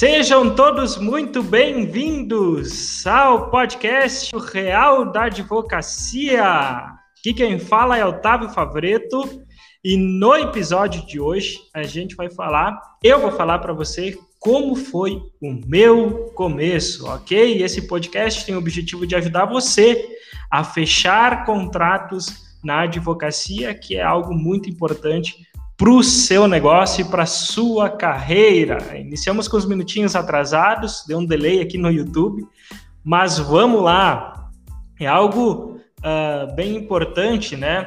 Sejam todos muito bem-vindos ao podcast Real da Advocacia. Aqui quem fala é Otávio Favreto e no episódio de hoje eu vou falar para você como foi o meu começo, ok? Esse podcast tem o objetivo de ajudar você a fechar contratos na advocacia, que é algo muito importante para o seu negócio e para a sua carreira. Iniciamos com os minutinhos atrasados, deu um delay aqui no YouTube, mas vamos lá. É algo bem importante, né?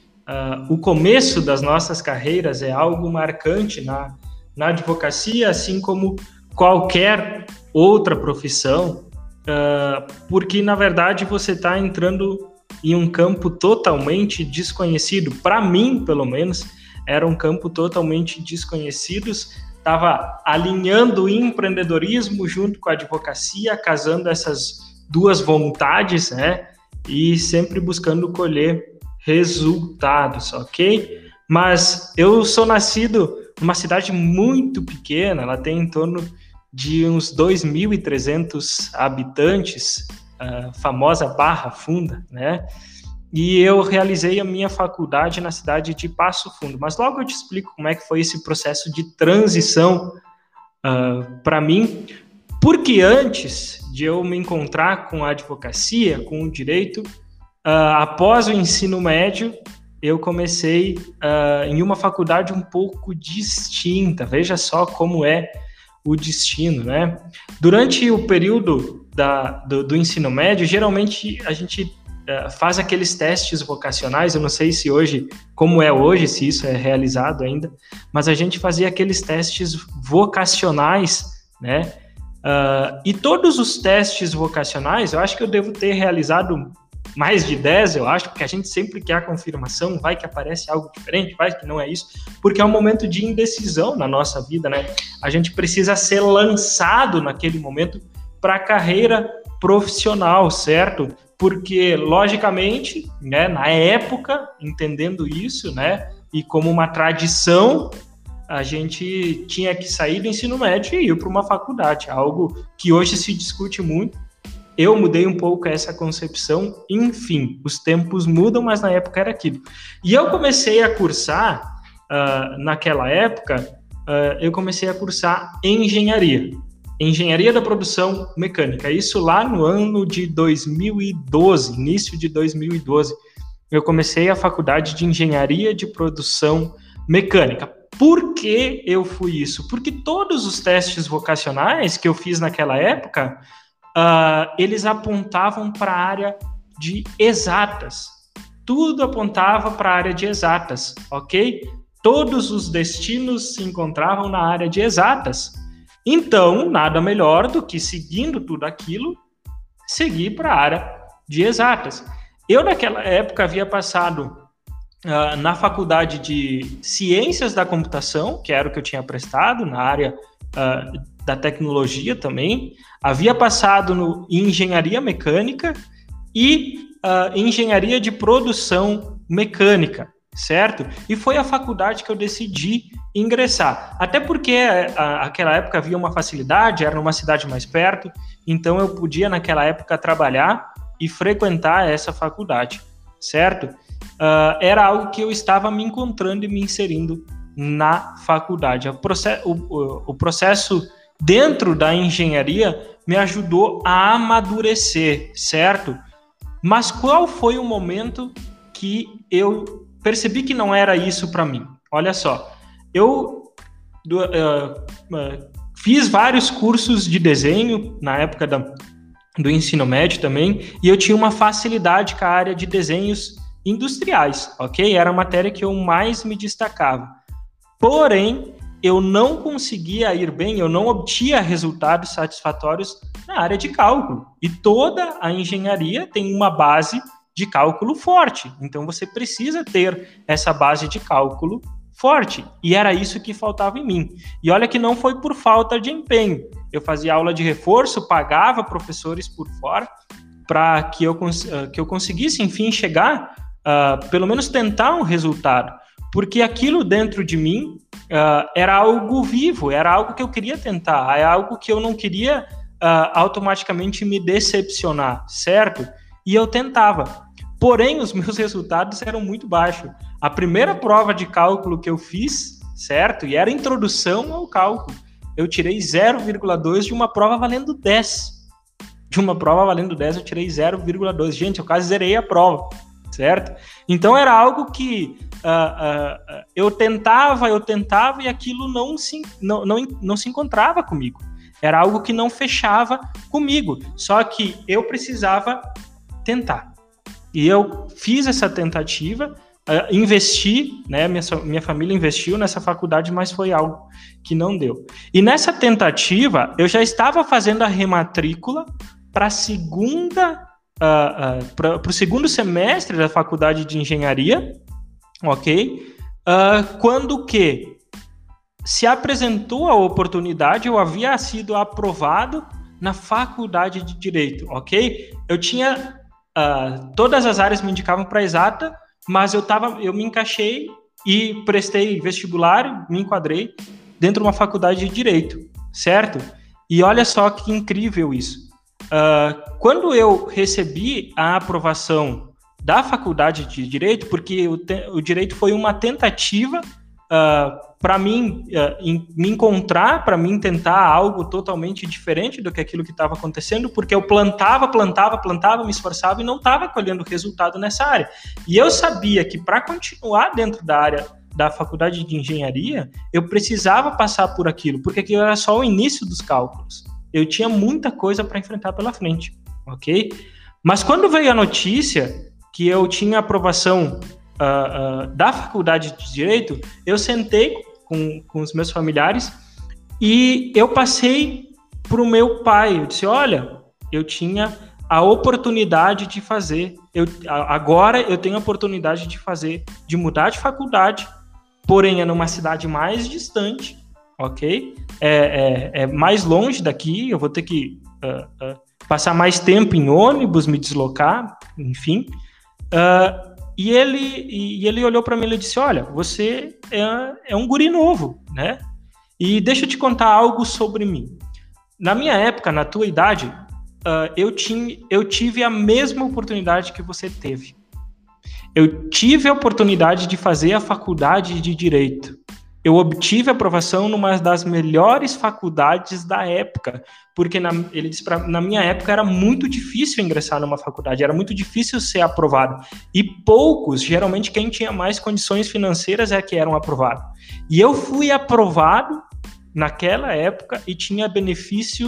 O começo das nossas carreiras é algo marcante na advocacia, assim como qualquer outra profissão, porque, na verdade, você está entrando em um campo totalmente desconhecido. Para mim, pelo menos, era um campo totalmente desconhecido, estava alinhando o empreendedorismo junto com a advocacia, casando essas duas vontades, né? E sempre buscando colher resultados, ok? Mas eu sou nascido numa cidade muito pequena, ela tem em torno de uns 2.300 habitantes, a famosa Barra Funda, né? E eu realizei a minha faculdade na cidade de Passo Fundo. Mas logo eu te explico como é que foi esse processo de transição para mim, porque antes de eu me encontrar com a advocacia, com o direito, após o ensino médio, eu comecei em uma faculdade um pouco distinta. Veja só como é o destino, né? Durante o período do ensino médio, geralmente a gente faz aqueles testes vocacionais. Eu não sei se hoje, como é hoje, se isso é realizado ainda, mas a gente fazia aqueles testes vocacionais, né? E todos os testes vocacionais, eu acho que eu devo ter realizado mais de 10, eu acho, porque a gente sempre quer a confirmação, vai que aparece algo diferente, vai que não é isso, porque é um momento de indecisão na nossa vida, né? A gente precisa ser lançado naquele momento para a carreira profissional, certo? Porque, logicamente, né, na época, entendendo isso, né, e como uma tradição, a gente tinha que sair do ensino médio e ir para uma faculdade, algo que hoje se discute muito. Eu mudei um pouco essa concepção, enfim, os tempos mudam, mas na época era aquilo. E eu comecei a cursar, naquela época, eu comecei a cursar Engenharia da Produção Mecânica. Isso lá no ano de 2012, início de 2012. Eu comecei a faculdade de Engenharia de Produção Mecânica. Por que eu fui isso? Porque todos os testes vocacionais que eu fiz naquela época, eles apontavam para a área de exatas. Tudo apontava para a área de exatas, ok? Todos os destinos se encontravam na área de exatas. Então, nada melhor do que, seguindo tudo aquilo, seguir para a área de exatas. Eu, naquela época, havia passado na faculdade de Ciências da Computação, que era o que eu tinha prestado, na área da tecnologia também, havia passado em Engenharia Mecânica e Engenharia de Produção Mecânica, certo? E foi a faculdade que eu decidi ingressar. Até porque naquela época havia uma facilidade, era numa cidade mais perto, então eu podia naquela época trabalhar e frequentar essa faculdade, certo? Era algo que eu estava me encontrando e me inserindo na faculdade. O processo dentro da engenharia me ajudou a amadurecer, certo? Mas qual foi o momento que eu percebi que não era isso para mim? Olha só, eu fiz vários cursos de desenho na época do ensino médio também, e eu tinha uma facilidade com a área de desenhos industriais, ok? Era a matéria que eu mais me destacava. Porém, eu não conseguia ir bem, eu não obtinha resultados satisfatórios na área de cálculo. E toda a engenharia tem uma base de cálculo forte. Então, você precisa ter essa base de cálculo forte. E era isso que faltava em mim. E olha que não foi por falta de empenho. Eu fazia aula de reforço, pagava professores por fora para que eu conseguisse, enfim, chegar, pelo menos tentar um resultado. porque aquilo dentro de mim era algo vivo, era algo que eu queria tentar, é algo que eu não queria automaticamente me decepcionar, certo? E eu tentava. Porém, os meus resultados eram muito baixos. A primeira prova de cálculo que eu fiz, certo? E era introdução ao cálculo. Eu tirei 0,2 de uma prova valendo 10. De uma prova valendo 10, eu tirei 0,2. Gente, eu quase zerei a prova, certo? Então, era algo que eu tentava e aquilo não se encontrava comigo. Era algo que não fechava comigo. Só que eu precisava tentar. E eu fiz essa tentativa, investi, né? Minha família investiu nessa faculdade, mas foi algo que não deu. E nessa tentativa, eu já estava fazendo a rematrícula para o segundo semestre da faculdade de engenharia, ok? Quando que se apresentou a oportunidade, eu havia sido aprovado na faculdade de Direito, ok? Eu tinha... todas as áreas me indicavam para exata, mas eu me encaixei e prestei vestibular, me enquadrei dentro de uma faculdade de Direito, certo? E olha só que incrível isso. Quando eu recebi a aprovação da faculdade de Direito, porque o Direito foi uma tentativa para mim me encontrar, para mim tentar algo totalmente diferente do que aquilo que estava acontecendo, porque eu plantava, me esforçava e não estava colhendo resultado nessa área. E eu sabia que para continuar dentro da área da faculdade de engenharia, eu precisava passar por aquilo, porque aquilo era só o início dos cálculos. Eu tinha muita coisa para enfrentar pela frente, ok? Mas quando veio a notícia que eu tinha aprovação da faculdade de Direito, eu sentei com os meus familiares e eu passei para o meu pai. Eu disse, olha, eu tinha a oportunidade de fazer, agora eu tenho a oportunidade de mudar de faculdade, porém é numa cidade mais distante, ok? É mais longe daqui, eu vou ter que passar mais tempo em ônibus, me deslocar, enfim. E ele olhou para mim e disse, olha, você é um guri novo, né? E deixa eu te contar algo sobre mim. Na minha época, na tua idade, eu tive a mesma oportunidade que você teve. Eu tive a oportunidade de fazer a faculdade de Direito. Eu obtive aprovação numa das melhores faculdades da época, porque ele disse na minha época era muito difícil ingressar numa faculdade, era muito difícil ser aprovado. E poucos, geralmente quem tinha mais condições financeiras é que eram aprovados. E eu fui aprovado naquela época e tinha benefício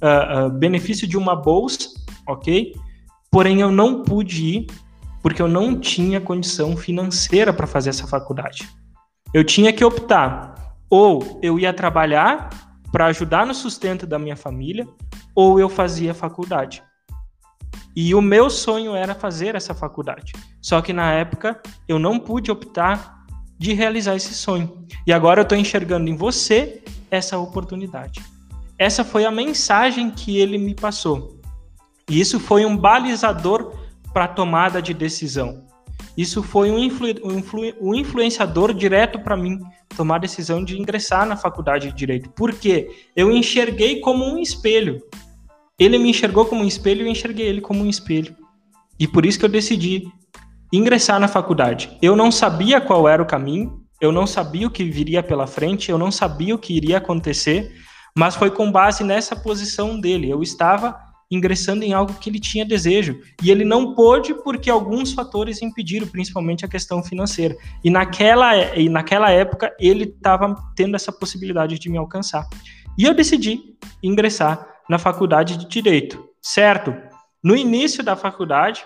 de uma bolsa, ok? Porém eu não pude ir porque eu não tinha condição financeira para fazer essa faculdade. Eu tinha que optar, ou eu ia trabalhar para ajudar no sustento da minha família, ou eu fazia faculdade. E o meu sonho era fazer essa faculdade. Só que na época eu não pude optar de realizar esse sonho. E agora eu estou enxergando em você essa oportunidade. Essa foi a mensagem que ele me passou. E isso foi um balizador para a tomada de decisão. Isso foi um influenciador direto para mim tomar a decisão de ingressar na faculdade de Direito. Porque eu enxerguei como um espelho. Ele me enxergou como um espelho e eu enxerguei ele como um espelho. E por isso que eu decidi ingressar na faculdade. Eu não sabia qual era o caminho, eu não sabia o que viria pela frente, eu não sabia o que iria acontecer, mas foi com base nessa posição dele. Eu estava ingressando em algo que ele tinha desejo. E ele não pôde porque alguns fatores impediram, principalmente a questão financeira. E naquela época, ele estava tendo essa possibilidade de me alcançar. E eu decidi ingressar na faculdade de Direito, certo? No início da faculdade,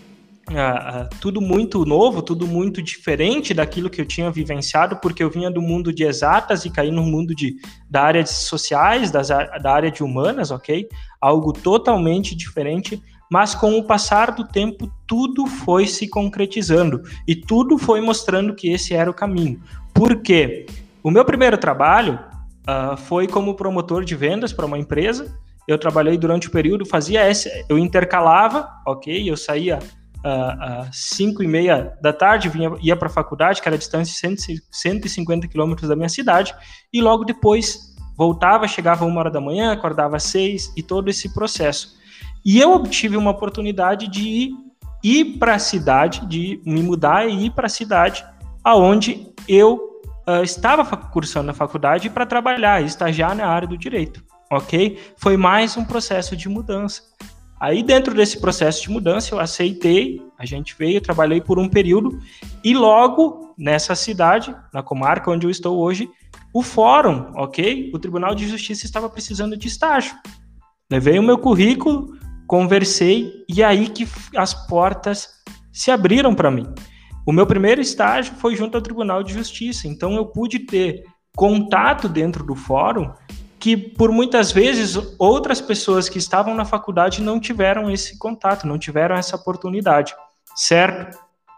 tudo muito novo, tudo muito diferente daquilo que eu tinha vivenciado, porque eu vinha do mundo de exatas e caí no mundo da área de sociais, da área de humanas, ok? Algo totalmente diferente, mas com o passar do tempo tudo foi se concretizando e tudo foi mostrando que esse era o caminho. Por quê? O meu primeiro trabalho foi como promotor de vendas para uma empresa. Eu trabalhei durante o período, eu intercalava, ok? Eu saía às 5h30 da tarde, ia para a faculdade, que era a distância de 150 quilômetros da minha cidade, e logo depois voltava, chegava 1h da manhã, acordava às 6h, e todo esse processo. E eu obtive uma oportunidade de ir para a cidade, de me mudar e ir para a cidade aonde eu estava cursando a faculdade para trabalhar, estagiar na área do direito, ok? Foi mais um processo de mudança. Aí, dentro desse processo de mudança, eu aceitei, a gente veio, trabalhei por um período, e logo, nessa cidade, na comarca onde eu estou hoje, o fórum, ok? O Tribunal de Justiça estava precisando de estágio. Levei o meu currículo, conversei, e aí que as portas se abriram para mim. O meu primeiro estágio foi junto ao Tribunal de Justiça, então eu pude ter contato dentro do fórum que, por muitas vezes, outras pessoas que estavam na faculdade não tiveram esse contato, não tiveram essa oportunidade, certo?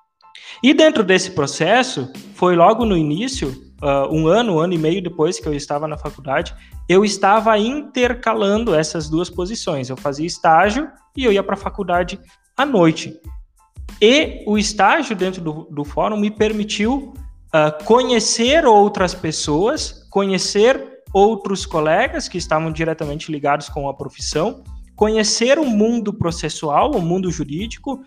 E dentro desse processo, foi logo no início, um ano e meio depois que eu estava na faculdade, eu estava intercalando essas duas posições. Eu fazia estágio e eu ia para a faculdade à noite. E o estágio dentro do fórum me permitiu conhecer outras pessoas, conhecer outros colegas que estavam diretamente ligados com a profissão, conhecer o mundo processual, o mundo jurídico,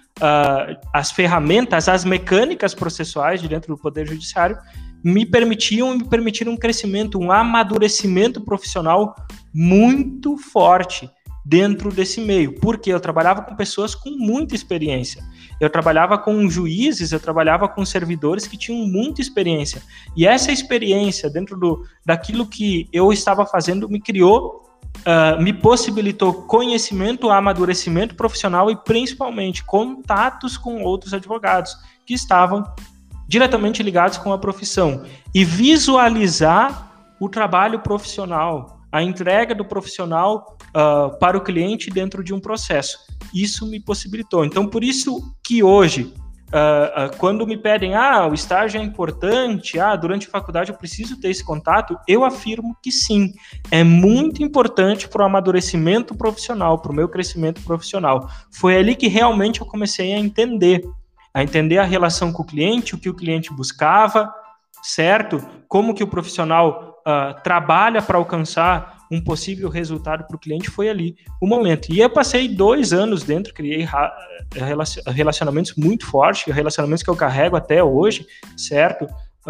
as ferramentas, as mecânicas processuais de dentro do Poder Judiciário, me permitiram um crescimento, um amadurecimento profissional muito forte dentro desse meio, porque eu trabalhava com pessoas com muita experiência. Eu trabalhava com juízes, eu trabalhava com servidores que tinham muita experiência. E essa experiência dentro daquilo que eu estava fazendo me criou, me possibilitou conhecimento, amadurecimento profissional e principalmente contatos com outros advogados que estavam diretamente ligados com a profissão. E visualizar o trabalho profissional, a entrega do profissional para o cliente dentro de um processo. Isso me possibilitou. Então, por isso que hoje, quando me pedem, o estágio é importante, durante a faculdade eu preciso ter esse contato, eu afirmo que sim, é muito importante para o amadurecimento profissional, para o meu crescimento profissional. Foi ali que realmente eu comecei a entender a relação com o cliente, o que o cliente buscava, certo? Como que o profissional trabalha para alcançar um possível resultado para o cliente, foi ali o momento. E eu passei 2 anos dentro, criei relacionamentos muito fortes, relacionamentos que eu carrego até hoje, certo?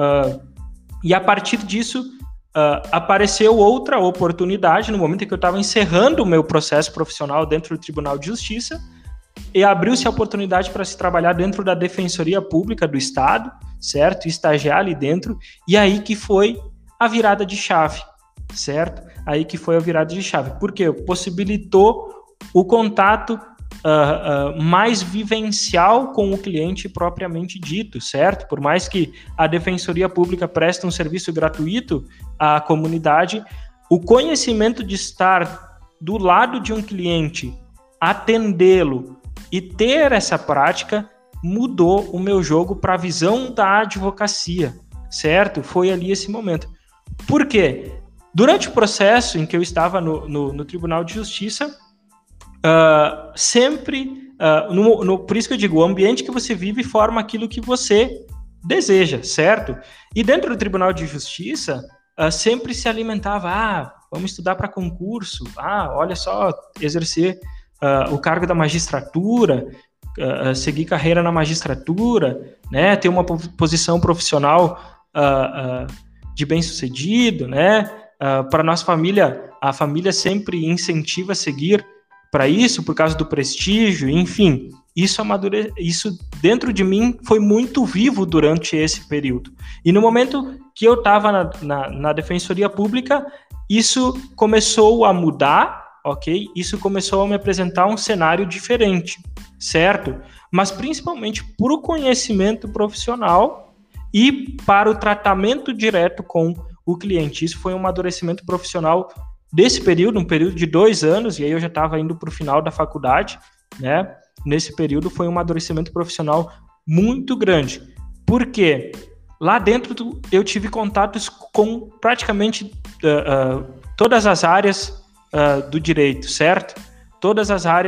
E a partir disso, apareceu outra oportunidade no momento em que eu estava encerrando o meu processo profissional dentro do Tribunal de Justiça, e abriu-se a oportunidade para se trabalhar dentro da Defensoria Pública do Estado, certo? Estagiar ali dentro, e aí que foi a virada de chave, certo? Aí que foi a virada de chave, porque possibilitou o contato mais vivencial com o cliente propriamente dito, certo? Por mais que a Defensoria Pública preste um serviço gratuito à comunidade, o conhecimento de estar do lado de um cliente, atendê-lo e ter essa prática mudou o meu jogo para a visão da advocacia, certo? Foi ali esse momento. Por quê? Durante o processo em que eu estava no Tribunal de Justiça, sempre, por isso que eu digo, o ambiente que você vive forma aquilo que você deseja, certo? E dentro do Tribunal de Justiça, sempre se alimentava, vamos estudar para concurso, olha só, exercer o cargo da magistratura, seguir carreira na magistratura, né, ter uma posição profissional de bem-sucedido, né, para nossa família, a família sempre incentiva a seguir para isso, por causa do prestígio, enfim, isso dentro de mim foi muito vivo durante esse período. E no momento que eu estava na Defensoria Pública, isso começou a mudar, ok? Isso começou a me apresentar um cenário diferente, certo? Mas principalmente por o conhecimento profissional e para o tratamento direto com o cliente. Isso foi um amadurecimento profissional desse período, um período de 2 anos, e aí eu já estava indo para o final da faculdade, né? Nesse período foi um amadurecimento profissional muito grande. Por quê? Lá dentro eu tive contatos com praticamente todas as áreas do direito, certo? Todas as áreas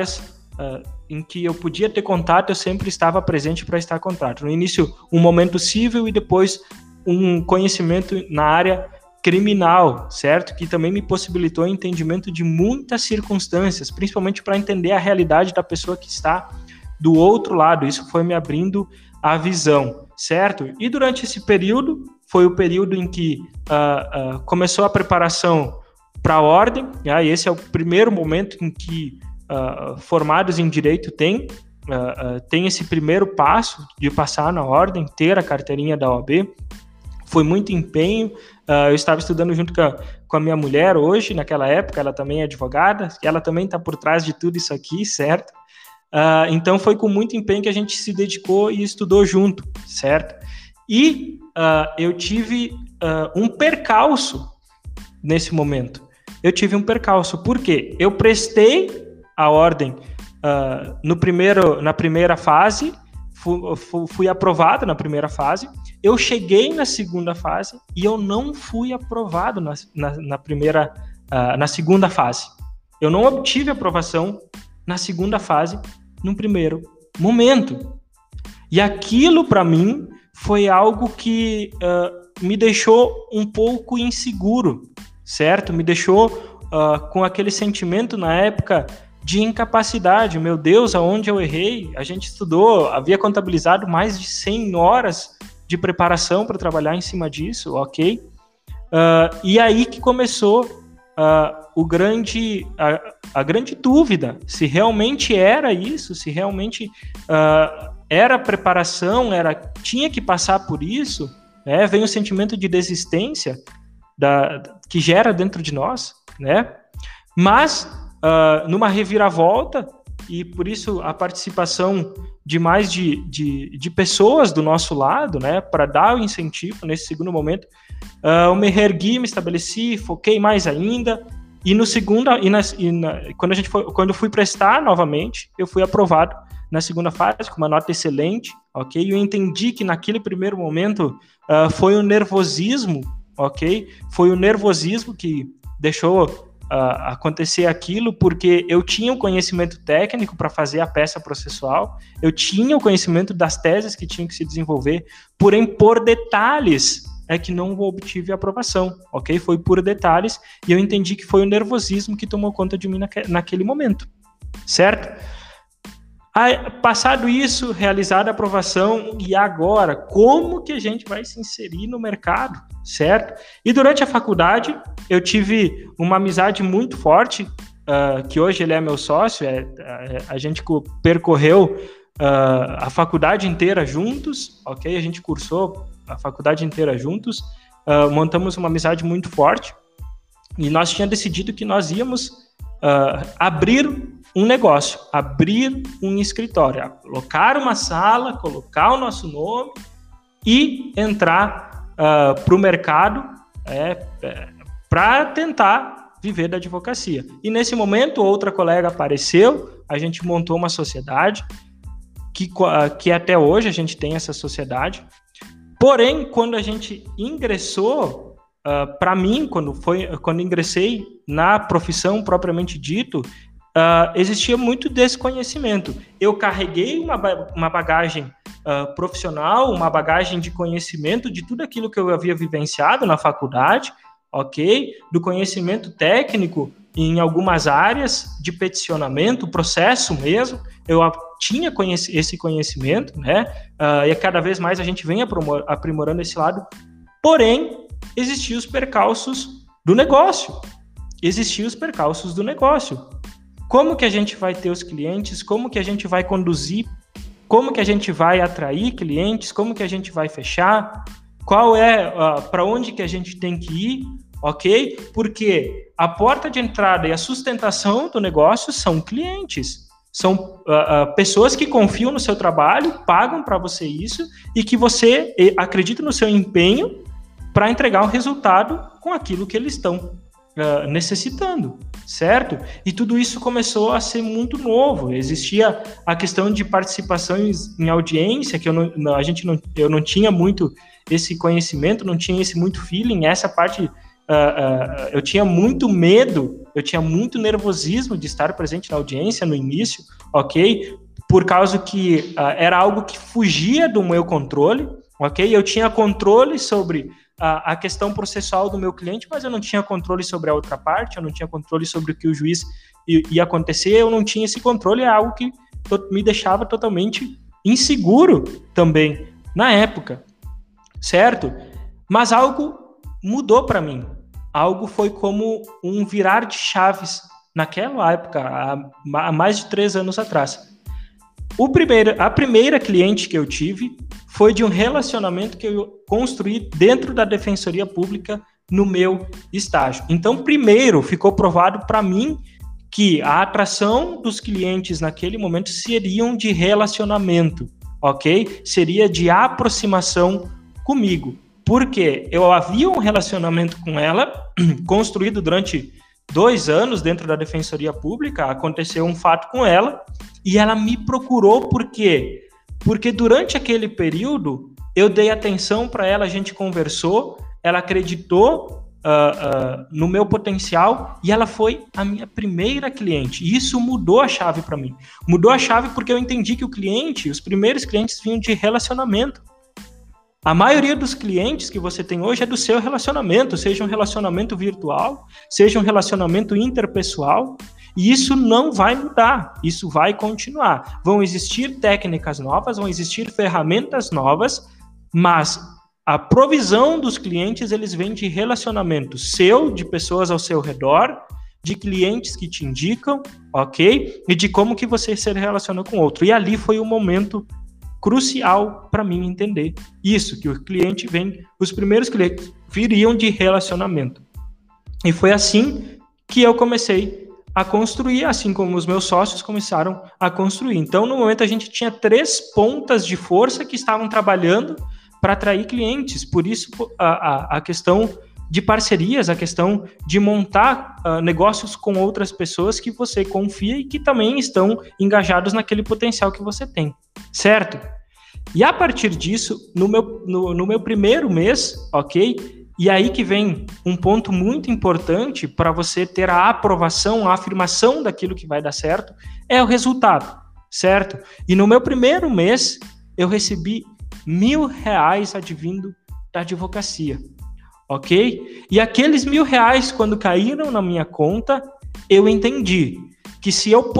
em que eu podia ter contato, eu sempre estava presente para estar em contato. No início, um momento civil e depois um conhecimento na área criminal, certo? Que também me possibilitou o entendimento de muitas circunstâncias, principalmente para entender a realidade da pessoa que está do outro lado. Isso foi me abrindo a visão, certo? E durante esse período, foi o período em que começou a preparação para a ordem, e esse é o primeiro momento em que formados em direito tem esse primeiro passo de passar na ordem, ter a carteirinha da OAB. Foi muito empenho. Eu estava estudando junto com a minha mulher hoje, naquela época, ela também é advogada, ela também está por trás de tudo isso aqui, certo? Então foi com muito empenho que a gente se dedicou e estudou junto, certo? E eu tive um percalço nesse momento. Eu tive um percalço, por quê? Eu prestei a ordem na primeira fase, fui aprovado na primeira fase, eu cheguei na segunda fase e eu não fui aprovado na segunda fase. Eu não obtive aprovação na segunda fase, no primeiro momento. E aquilo, para mim, foi algo que me deixou um pouco inseguro, certo? Me deixou com aquele sentimento, na época, de incapacidade. Meu Deus, aonde eu errei? A gente estudou, havia contabilizado mais de 100 horas de preparação para trabalhar em cima disso, ok? E aí que começou a grande dúvida, se realmente era isso, se realmente era preparação, tinha que passar por isso, né? Vem o sentimento de desistência que gera dentro de nós, né? Mas numa reviravolta, e por isso a participação de mais de pessoas do nosso lado, né, para dar o incentivo nesse segundo momento, eu me reergui, me estabeleci, foquei mais ainda, e no segundo, quando eu fui prestar novamente, eu fui aprovado na segunda fase com uma nota excelente, ok? Eu entendi que naquele primeiro momento foi o nervosismo, ok? Foi o nervosismo que deixou acontecer aquilo, porque eu tinha o conhecimento técnico para fazer a peça processual, eu tinha o conhecimento das teses que tinham que se desenvolver, porém, por detalhes, é que não obtive a aprovação, ok? Foi por detalhes, e eu entendi que foi o nervosismo que tomou conta de mim naquele momento, certo? Passado isso, realizada a aprovação, e agora, como que a gente vai se inserir no mercado, certo? E durante a faculdade, eu tive uma amizade muito forte, que hoje ele é meu sócio, a gente percorreu a faculdade inteira juntos, ok? A gente cursou a faculdade inteira juntos, montamos uma amizade muito forte, e nós tínhamos decidido que nós íamos abrir um negócio, abrir um escritório, colocar uma sala, colocar o nosso nome e entrar para o mercado para tentar viver da advocacia. E nesse momento, outra colega apareceu, a gente montou uma sociedade, que até hoje a gente tem essa sociedade. Porém, quando a gente ingressou, para mim, quando ingressei na profissão propriamente dito, existia muito desconhecimento. Eu carreguei uma bagagem profissional, uma bagagem de conhecimento de tudo aquilo que eu havia vivenciado na faculdade, ok? Do conhecimento técnico em algumas áreas de peticionamento, processo mesmo, eu tinha esse conhecimento, né? E cada vez mais a gente vem aprimorando esse lado. Porém, existiam os percalços do negócio. Como que a gente vai ter os clientes? Como que a gente vai conduzir? Como que a gente vai atrair clientes? Como que a gente vai fechar? Qual para onde que a gente tem que ir? Ok? Porque a porta de entrada e a sustentação do negócio são clientes. São pessoas que confiam no seu trabalho, pagam para você isso e que você acredita no seu empenho para entregar um resultado com aquilo que eles estão necessitando, certo? E tudo isso começou a ser muito novo. Existia a questão de participações em audiência, que eu não tinha muito esse conhecimento, não tinha esse muito feeling. Essa parte eu tinha muito medo, eu tinha muito nervosismo de estar presente na audiência no início, ok? Por causa que era algo que fugia do meu controle, ok? Eu tinha controle sobre a questão processual do meu cliente, mas eu não tinha controle sobre a outra parte, eu não tinha controle sobre o que o juiz ia acontecer, eu não tinha esse controle, é algo que me deixava totalmente inseguro também na época, certo? Mas algo mudou para mim, algo foi como um virar de naquela época, há mais de 3 anos atrás. A primeira cliente que eu tive foi de um relacionamento que eu construí dentro da Defensoria Pública no meu estágio. Então, primeiro, ficou provado para mim que a atração dos clientes naquele momento seriam de relacionamento, ok? Seria de aproximação comigo. Porque eu havia um relacionamento com ela, construído durante 2 anos dentro da Defensoria Pública, aconteceu um fato com ela, e ela me procurou por quê? Porque durante aquele período, eu dei atenção para ela, a gente conversou, ela acreditou no meu potencial, e ela foi a minha primeira cliente. E isso mudou a chave para mim. Mudou a chave porque eu entendi que os primeiros clientes vinham de relacionamento. A maioria dos clientes que você tem hoje é do seu relacionamento, seja um relacionamento virtual, seja um relacionamento interpessoal, e isso não vai mudar, isso vai continuar. Vão existir técnicas novas, vão existir ferramentas novas, mas a provisão dos clientes, eles vêm de relacionamento seu, de pessoas ao seu redor, de clientes que te indicam, ok? E de como que você se relaciona com o outro. E ali foi o momento crucial para mim entender isso, que o cliente os primeiros clientes viriam de relacionamento. E foi assim que eu comecei a construir, assim como os meus sócios começaram a construir. Então, no momento, a gente tinha 3 pontas de força que estavam trabalhando para atrair clientes. Por isso, a questão de parcerias, a questão de montar negócios com outras pessoas que você confia e que também estão engajados naquele potencial que você tem, certo? E a partir disso, no meu primeiro mês, ok? E aí que vem um ponto muito importante para você ter a aprovação, a afirmação daquilo que vai dar certo, é o resultado, certo? E no meu primeiro mês, eu recebi R$1.000 advindo da advocacia, ok? E aqueles R$1.000, quando caíram na minha conta, eu entendi que se eu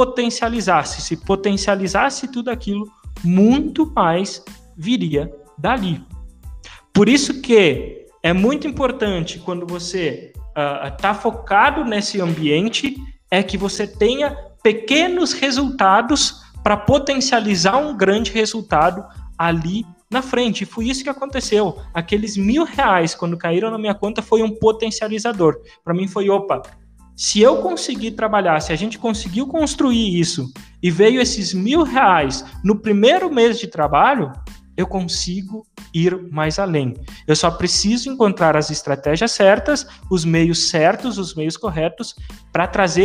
potencializasse tudo aquilo, muito mais viria dali. Por isso que é muito importante, quando você está focado nesse ambiente, é que você tenha pequenos resultados para potencializar um grande resultado ali na frente. E foi isso que aconteceu. Aqueles R$1.000, quando caíram na minha conta, foi um potencializador. Para mim foi, se eu conseguir trabalhar, se a gente conseguiu construir isso e veio esses R$1.000 no primeiro mês de trabalho, eu consigo ir mais além. Eu só preciso encontrar as estratégias certas, os meios certos, os meios corretos para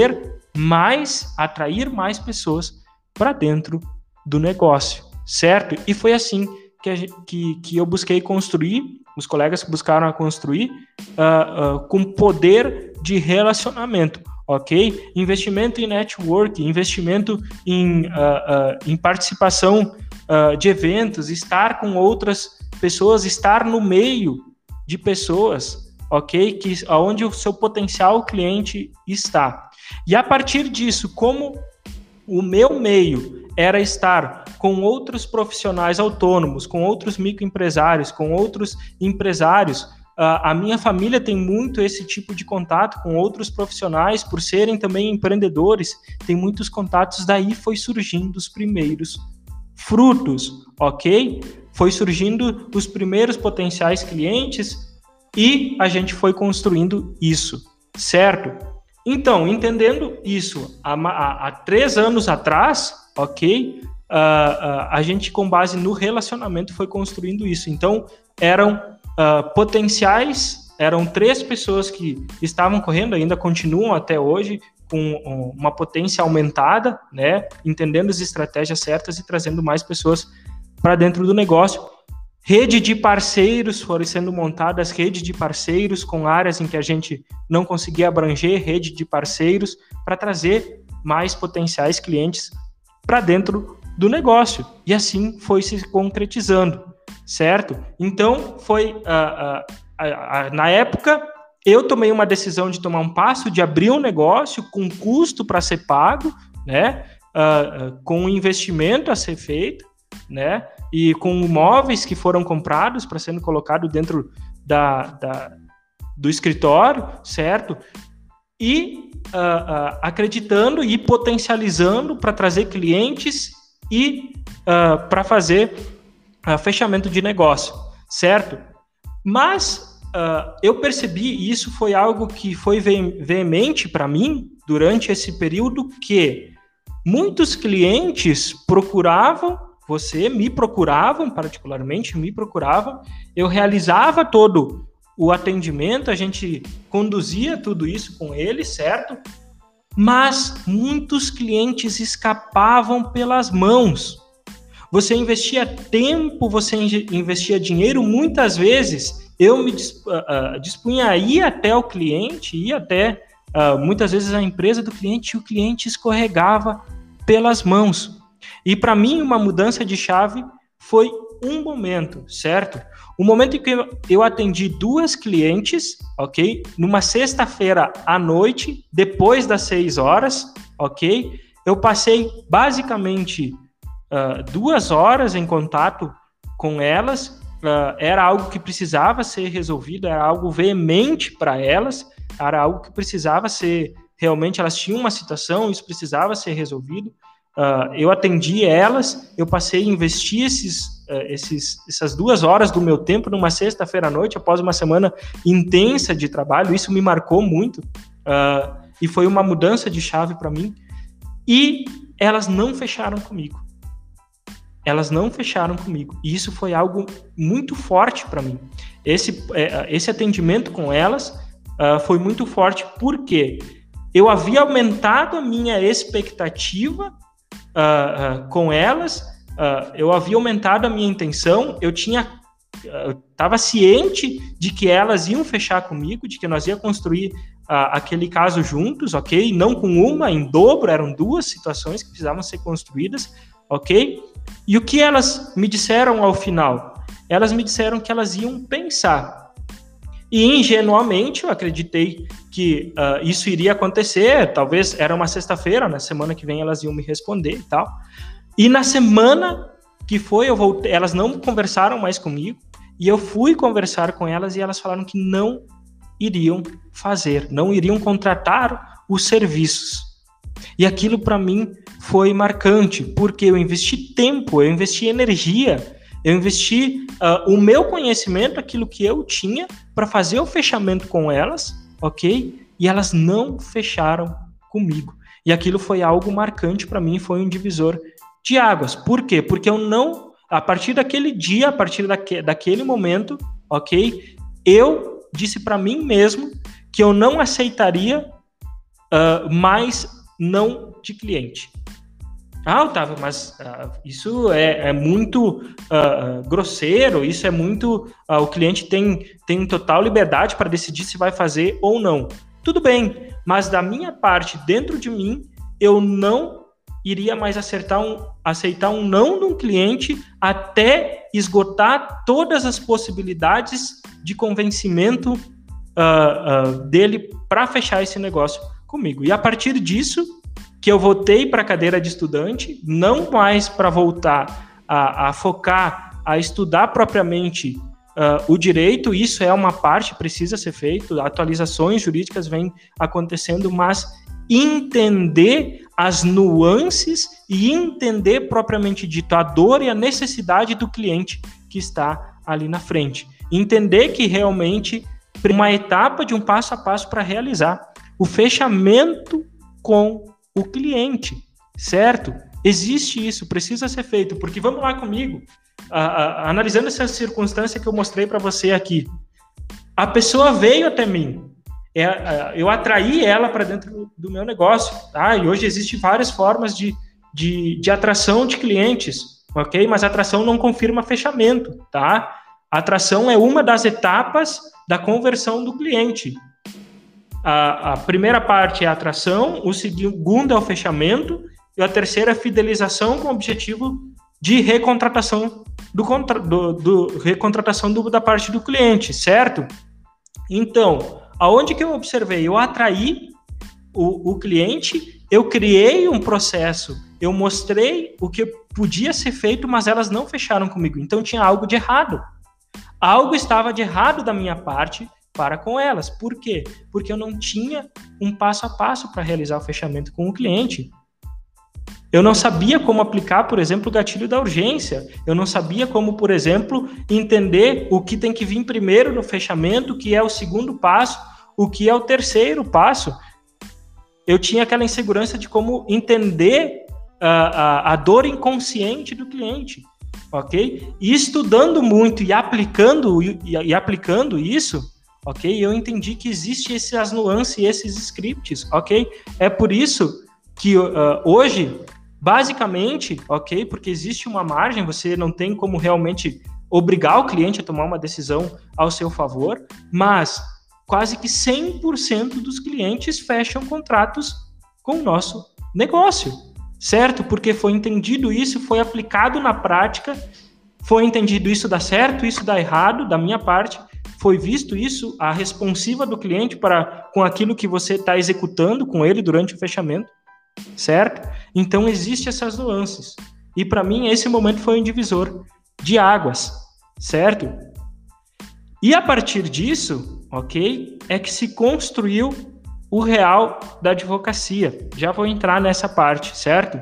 atrair mais pessoas para dentro do negócio, certo? E foi assim que eu busquei construir, os colegas buscaram a construir com poder de relacionamento, ok? Investimento em network, investimento em participação de eventos, estar com outras pessoas, estar no meio de pessoas, ok? Onde o seu potencial cliente está. E a partir disso, como o meu meio era estar com outros profissionais autônomos, com outros microempresários, com outros empresários, a minha família tem muito esse tipo de contato com outros profissionais, por serem também empreendedores, tem muitos contatos, daí foi surgindo os primeiros frutos, ok? Foi surgindo os primeiros potenciais clientes e a gente foi construindo isso, certo? Então, entendendo isso, há 3 anos atrás, ok? A gente, com base no relacionamento, foi construindo isso. Então, eram potenciais, eram 3 pessoas que estavam correndo, ainda continuam até hoje, com uma potência aumentada, né? Entendendo as estratégias certas e trazendo mais pessoas para dentro do negócio, Rede de parceiros, foram sendo montadas redes de parceiros com áreas em que a gente não conseguia abranger, rede de parceiros para trazer mais potenciais clientes para dentro do negócio. E assim foi se concretizando, certo? Então, na época, eu tomei uma decisão de tomar um passo, de abrir um negócio com custo para ser pago, né? Com um investimento a ser feito, né? E com imóveis que foram comprados para sendo colocado dentro do escritório, certo? E acreditando e potencializando para trazer clientes e para fazer fechamento de negócio, certo? Mas eu percebi, e isso foi algo que foi veemente para mim durante esse período, que muitos clientes me procuravam, eu realizava todo o atendimento, a gente conduzia tudo isso com eles, certo? Mas muitos clientes escapavam pelas mãos. Você investia tempo, você investia dinheiro, muitas vezes eu me dispunha a ir até o cliente, muitas vezes a empresa do cliente, e o cliente escorregava pelas mãos. E para mim uma mudança de chave foi um momento, certo? O momento em que eu atendi 2 clientes, ok? Numa sexta-feira à noite, depois das 6 horas, ok? Eu passei basicamente 2 horas em contato com elas, era algo que precisava ser resolvido, era algo veemente para elas, era algo que precisava ser, realmente elas tinham uma situação, isso precisava ser resolvido. Eu atendi elas, eu passei a investir essas 2 horas do meu tempo numa sexta-feira à noite, após uma semana intensa de trabalho. Isso me marcou muito e foi uma mudança de chave para mim. E elas não fecharam comigo. E isso foi algo muito forte para mim. Esse atendimento com elas foi muito forte porque eu havia aumentado a minha expectativa com elas, eu havia aumentado a minha intenção, eu estava ciente de que elas iam fechar comigo, de que nós ia construir aquele caso juntos, ok? Não com uma, em dobro, eram 2 situações que precisavam ser construídas, ok? E o que elas me disseram ao final? Elas me disseram que elas iam pensar. E ingenuamente eu acreditei que isso iria acontecer, talvez era uma sexta-feira, na semana que vem elas iam me responder e tal. E na semana que foi, eu voltei, elas não conversaram mais comigo, e eu fui conversar com elas e elas falaram que não iriam contratar os serviços. E aquilo para mim foi marcante, porque eu investi tempo, eu investi energia, eu investi o meu conhecimento, aquilo que eu tinha, para fazer o fechamento com elas, ok? E elas não fecharam comigo. E aquilo foi algo marcante para mim, foi um divisor de águas. Por quê? Porque eu não, a partir daquele dia, a partir daquele momento, ok? Eu disse para mim mesmo que eu não aceitaria mais não de cliente. Otávio, mas isso é muito grosseiro, isso é muito... o cliente tem total liberdade para decidir se vai fazer ou não. Tudo bem, mas da minha parte, dentro de mim, eu não iria mais aceitar um não de um cliente até esgotar todas as possibilidades de convencimento dele para fechar esse negócio comigo. E a partir disso, que eu voltei para a cadeira de estudante, não mais para voltar a focar, a estudar propriamente o direito. Isso é uma parte, precisa ser feito, atualizações jurídicas vêm acontecendo, mas entender as nuances e entender propriamente dito a dor e a necessidade do cliente que está ali na frente. Entender que realmente uma etapa de um passo a passo para realizar o fechamento com o cliente, certo? Existe isso, precisa ser feito, porque vamos lá comigo, analisando essa circunstância que eu mostrei para você aqui. A pessoa veio até mim, eu atraí ela para dentro do meu negócio, tá? E hoje existem várias formas de atração de clientes, ok? Mas a atração não confirma fechamento, tá? A atração é uma das etapas da conversão do cliente. A primeira parte é a atração, o segundo é o fechamento, e a terceira é a fidelização com o objetivo de recontratação da parte do cliente, certo? Então, aonde que eu observei? Eu atraí o cliente, eu criei um processo, eu mostrei o que podia ser feito, mas elas não fecharam comigo. Então, tinha algo de errado. Algo estava de errado da minha parte para com elas. Por quê? Porque eu não tinha um passo a passo para realizar o fechamento com o cliente. Eu não sabia como aplicar, por exemplo, o gatilho da urgência. Eu não sabia como, por exemplo, entender o que tem que vir primeiro no fechamento, o que é o segundo passo, o que é o terceiro passo. Eu tinha aquela insegurança de como entender a dor inconsciente do cliente, ok? E estudando muito e aplicando isso, ok? Eu entendi que existem essas nuances e esses scripts, ok? É por isso que hoje, basicamente, ok? Porque existe uma margem, você não tem como realmente obrigar o cliente a tomar uma decisão ao seu favor, mas quase que 100% dos clientes fecham contratos com o nosso negócio, certo? Porque foi entendido isso, foi aplicado na prática, foi entendido isso dá certo, isso dá errado, da minha parte, foi visto isso, a responsiva do cliente com aquilo que você está executando com ele durante o fechamento, certo? Então, existem essas nuances. E, para mim, esse momento foi um divisor de águas, certo? E, a partir disso, ok, é que se construiu o real da advocacia. Já vou entrar nessa parte, certo?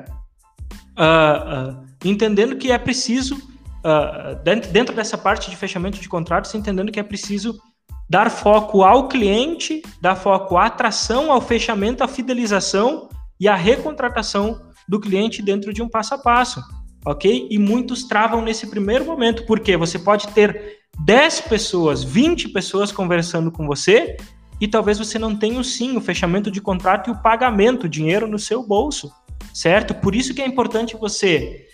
Entendendo que é preciso, dentro dessa parte de fechamento de contratos, entendendo que é preciso dar foco ao cliente, dar foco à atração, ao fechamento, à fidelização e à recontratação do cliente dentro de um passo a passo, ok? E muitos travam nesse primeiro momento, porque você pode ter 10 pessoas, 20 pessoas conversando com você e talvez você não tenha o fechamento de contrato e o pagamento, o dinheiro no seu bolso, certo? Por isso que é importante você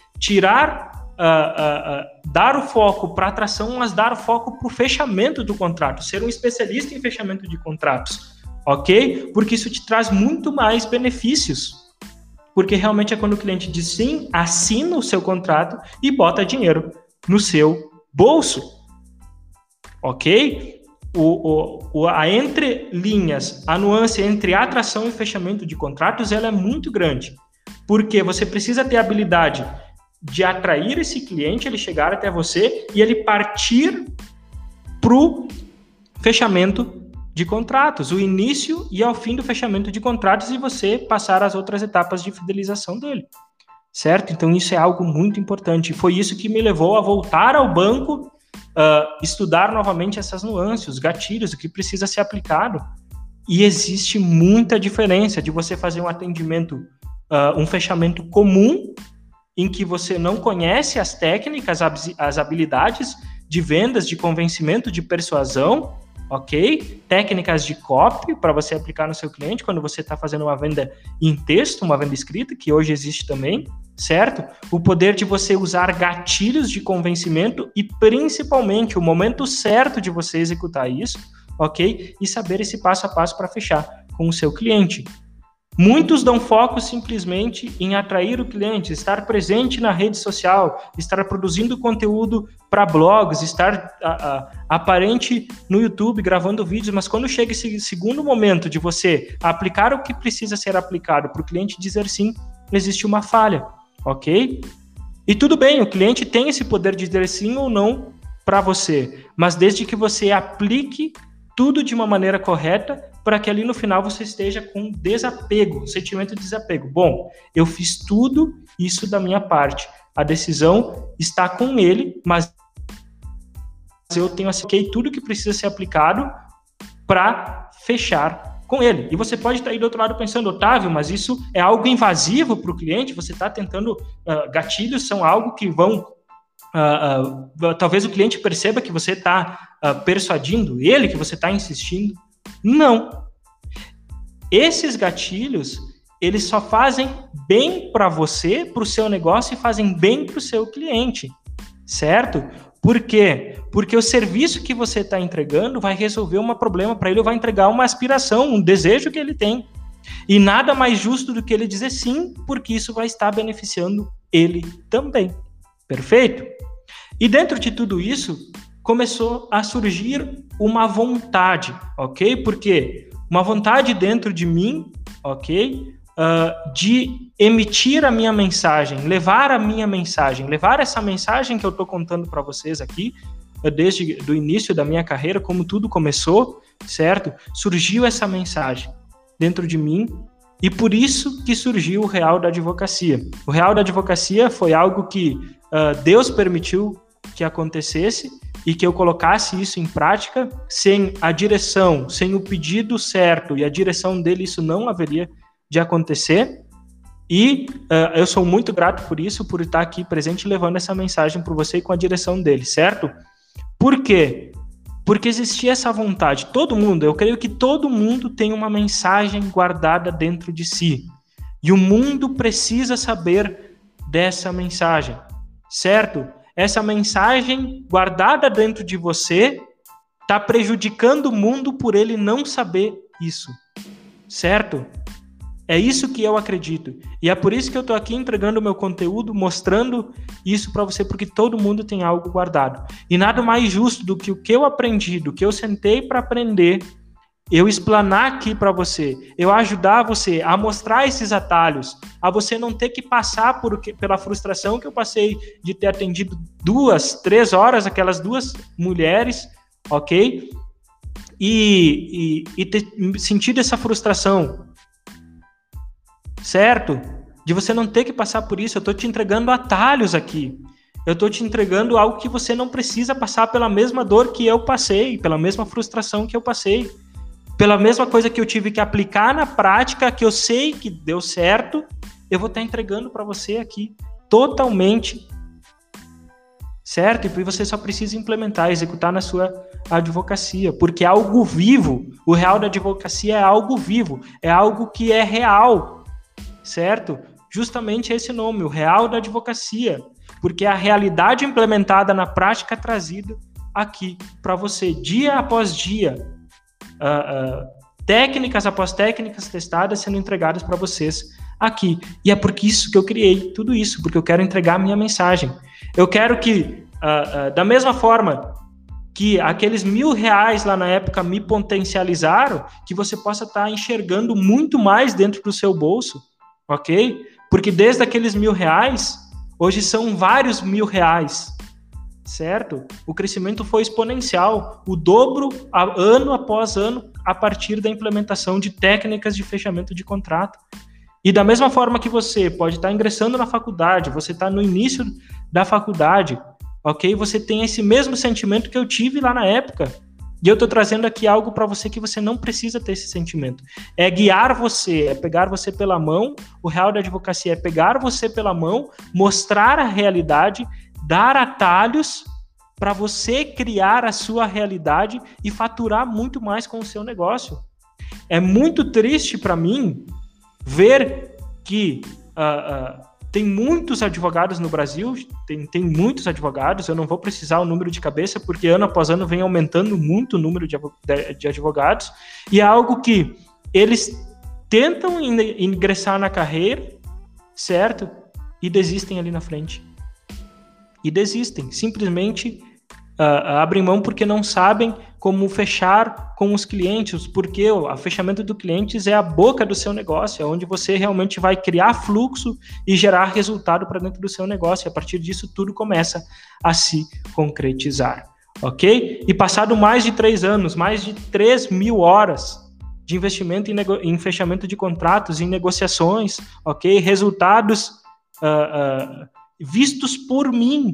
dar o foco para atração, mas dar o foco para o fechamento do contrato, ser um especialista em fechamento de contratos, ok? Porque isso te traz muito mais benefícios, porque realmente é quando o cliente diz sim, assina o seu contrato e bota dinheiro no seu bolso, ok? A entrelinhas, a nuance entre atração e fechamento de contratos, ela é muito grande, porque você precisa ter a habilidade de atrair esse cliente, ele chegar até você e ele partir para o fechamento de contratos, o início e ao fim do fechamento de contratos e você passar as outras etapas de fidelização dele, certo? Então isso é algo muito importante. Foi isso que me levou a voltar ao banco, estudar novamente essas nuances, os gatilhos, o que precisa ser aplicado. E existe muita diferença de você fazer um atendimento, um fechamento comum, em que você não conhece as técnicas, as habilidades de vendas, de convencimento, de persuasão, ok? Técnicas de copy para você aplicar no seu cliente quando você está fazendo uma venda em texto, uma venda escrita, que hoje existe também, certo? O poder de você usar gatilhos de convencimento e, principalmente, o momento certo de você executar isso, ok? E saber esse passo a passo para fechar com o seu cliente. Muitos dão foco simplesmente em atrair o cliente, estar presente na rede social, estar produzindo conteúdo para blogs, estar aparente no YouTube, gravando vídeos, mas quando chega esse segundo momento de você aplicar o que precisa ser aplicado para o cliente dizer sim, existe uma falha, ok? E tudo bem, o cliente tem esse poder de dizer sim ou não para você, mas desde que você aplique tudo de uma maneira correta, para que ali no final você esteja com desapego, sentimento de desapego. Bom, eu fiz tudo isso da minha parte. A decisão está com ele, mas eu tenho apliquei tudo que precisa ser aplicado para fechar com ele. E você pode estar aí do outro lado pensando, Otávio, mas isso é algo invasivo para o cliente? Você está tentando... gatilhos são algo que vão... talvez o cliente perceba que você está persuadindo ele, que você está insistindo. Não. Esses gatilhos, eles só fazem bem para você, para o seu negócio, e fazem bem para o seu cliente, certo? Por quê? Porque o serviço que você está entregando vai resolver um problema para ele, ou vai entregar uma aspiração, um desejo que ele tem. E nada mais justo do que ele dizer sim, porque isso vai estar beneficiando ele também. Perfeito? E dentro de tudo isso, começou a surgir uma vontade, ok? Porque uma vontade dentro de mim, ok? De emitir a minha mensagem, levar a minha mensagem, levar essa mensagem que eu estou contando para vocês aqui, desde o início da minha carreira, como tudo começou, certo? Surgiu essa mensagem dentro de mim, e por isso que surgiu o Real da Advocacia. O Real da Advocacia foi algo que Deus permitiu que acontecesse e que eu colocasse isso em prática. Sem a direção, sem o pedido certo e a direção dele, isso não haveria de acontecer. E eu sou muito grato por isso, por estar aqui presente levando essa mensagem para você e com a direção dele, certo? Por quê? Porque existia essa vontade. Todo mundo, eu creio que todo mundo tem uma mensagem guardada dentro de si. E o mundo precisa saber dessa mensagem, certo? Essa mensagem guardada dentro de você está prejudicando o mundo por ele não saber isso, certo? É isso que eu acredito. E é por isso que eu estou aqui entregando o meu conteúdo, mostrando isso para você, porque todo mundo tem algo guardado. E nada mais justo do que o que eu aprendi, do que eu sentei para aprender, eu explanar aqui para você, eu ajudar você a mostrar esses atalhos, a você não ter que passar pela frustração que eu passei de ter atendido 2, 3 horas, aquelas 2 mulheres, ok? E ter sentido essa frustração, certo? De você não ter que passar por isso. Eu estou te entregando atalhos aqui. Eu estou te entregando algo que você não precisa passar pela mesma dor que eu passei, pela mesma frustração que eu passei, pela mesma coisa que eu tive que aplicar na prática, que eu sei que deu certo, eu vou estar entregando para você aqui totalmente, certo? E você só precisa implementar, executar na sua advocacia, porque é algo vivo. O Real da Advocacia é algo vivo, é algo que é real, certo? Justamente esse nome, o Real da Advocacia, porque é a realidade implementada na prática trazida aqui para você, dia após dia, técnicas após técnicas testadas sendo entregadas para vocês aqui. E é por isso que eu criei tudo isso, porque eu quero entregar a minha mensagem. Eu quero que, da mesma forma que aqueles R$1.000 lá na época me potencializaram, que você possa estar enxergando muito mais dentro do seu bolso, ok? Porque desde aqueles R$1.000, hoje são vários R$1.000, certo? O crescimento foi exponencial, o dobro ano após ano, a partir da implementação de técnicas de fechamento de contrato. E da mesma forma que você pode estar ingressando na faculdade, você está no início da faculdade, ok? Você tem esse mesmo sentimento que eu tive lá na época. E eu estou trazendo aqui algo para você que você não precisa ter esse sentimento. É guiar você, é pegar você pela mão. O Real da Advocacia é pegar você pela mão, mostrar a realidade, dar atalhos para você criar a sua realidade e faturar muito mais com o seu negócio. É muito triste para mim ver que tem muitos advogados no Brasil, tem muitos advogados, eu não vou precisar o número de cabeça, porque ano após ano vem aumentando muito o número de advogados, e é algo que eles tentam ingressar na carreira, certo? E desistem ali na frente. E desistem, simplesmente abrem mão porque não sabem como fechar com os clientes, porque o fechamento do clientes é a boca do seu negócio, é onde você realmente vai criar fluxo e gerar resultado para dentro do seu negócio, e a partir disso tudo começa a se concretizar, ok? E passado mais de 3 anos, mais de 3.000 horas de investimento em fechamento de contratos, em negociações, ok? Resultados vistos por mim,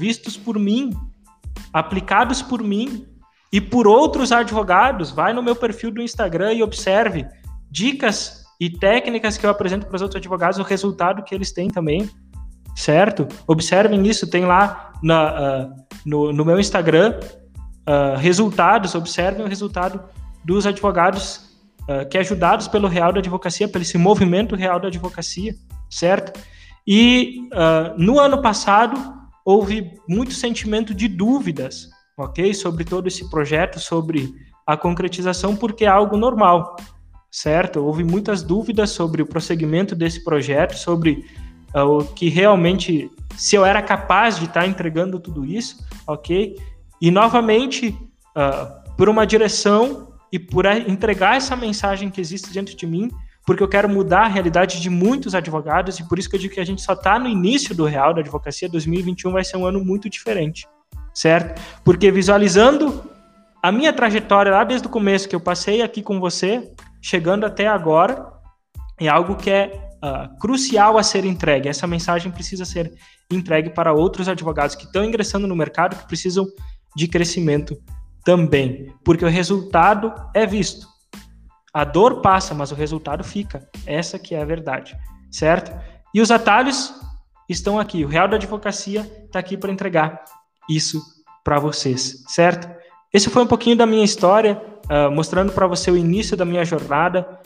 aplicados por mim e por outros advogados. Vai no meu perfil do Instagram e observe dicas e técnicas que eu apresento para os outros advogados, o resultado que eles têm também, certo? Observem isso, tem lá no meu Instagram resultados, observem o resultado dos advogados que ajudados pelo Real da Advocacia, pelo esse movimento Real da Advocacia, certo? E no ano passado houve muito sentimento de dúvidas, ok? Sobre todo esse projeto, sobre a concretização, porque é algo normal, certo? Houve muitas dúvidas sobre o prosseguimento desse projeto, sobre o que realmente, se eu era capaz de estar entregando tudo isso, ok? E novamente, por uma direção e por entregar essa mensagem que existe dentro de mim, porque eu quero mudar a realidade de muitos advogados, e por isso que eu digo que a gente só está no início do Real da Advocacia. 2021 vai ser um ano muito diferente, certo? Porque visualizando a minha trajetória lá desde o começo, que eu passei aqui com você, chegando até agora, é algo que é crucial a ser entregue. Essa mensagem precisa ser entregue para outros advogados que estão ingressando no mercado, que precisam de crescimento também, porque o resultado é visto. A dor passa, mas o resultado fica. Essa que é a verdade, certo? E os atalhos estão aqui. O Real da Advocacia está aqui para entregar isso para vocês, certo? Esse foi um pouquinho da minha história, mostrando para você o início da minha jornada,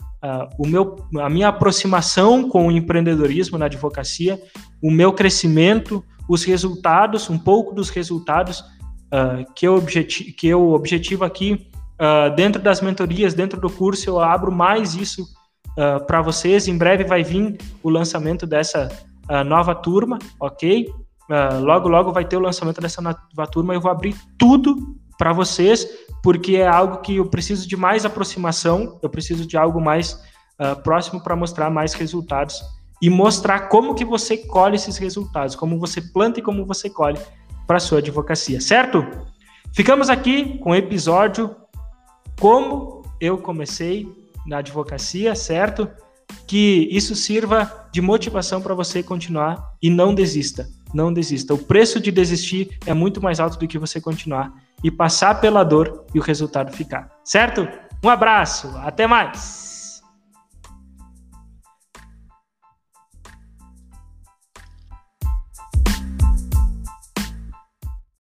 a minha aproximação com o empreendedorismo na advocacia, o meu crescimento, os resultados, um pouco dos resultados que eu objetivo aqui. Dentro das mentorias, dentro do curso, eu abro mais isso para vocês. Em breve vai vir o lançamento dessa nova turma, ok? Logo vai ter o lançamento dessa nova turma. Eu vou abrir tudo para vocês, porque é algo que eu preciso de mais aproximação, eu preciso de algo mais próximo para mostrar mais resultados e mostrar como que você colhe esses resultados, como você planta e como você colhe para a sua advocacia, certo? Ficamos aqui com o episódio como eu comecei na advocacia, certo? Que isso sirva de motivação para você continuar e não desista, não desista. O preço de desistir é muito mais alto do que você continuar e passar pela dor e o resultado ficar, certo? Um abraço, até mais!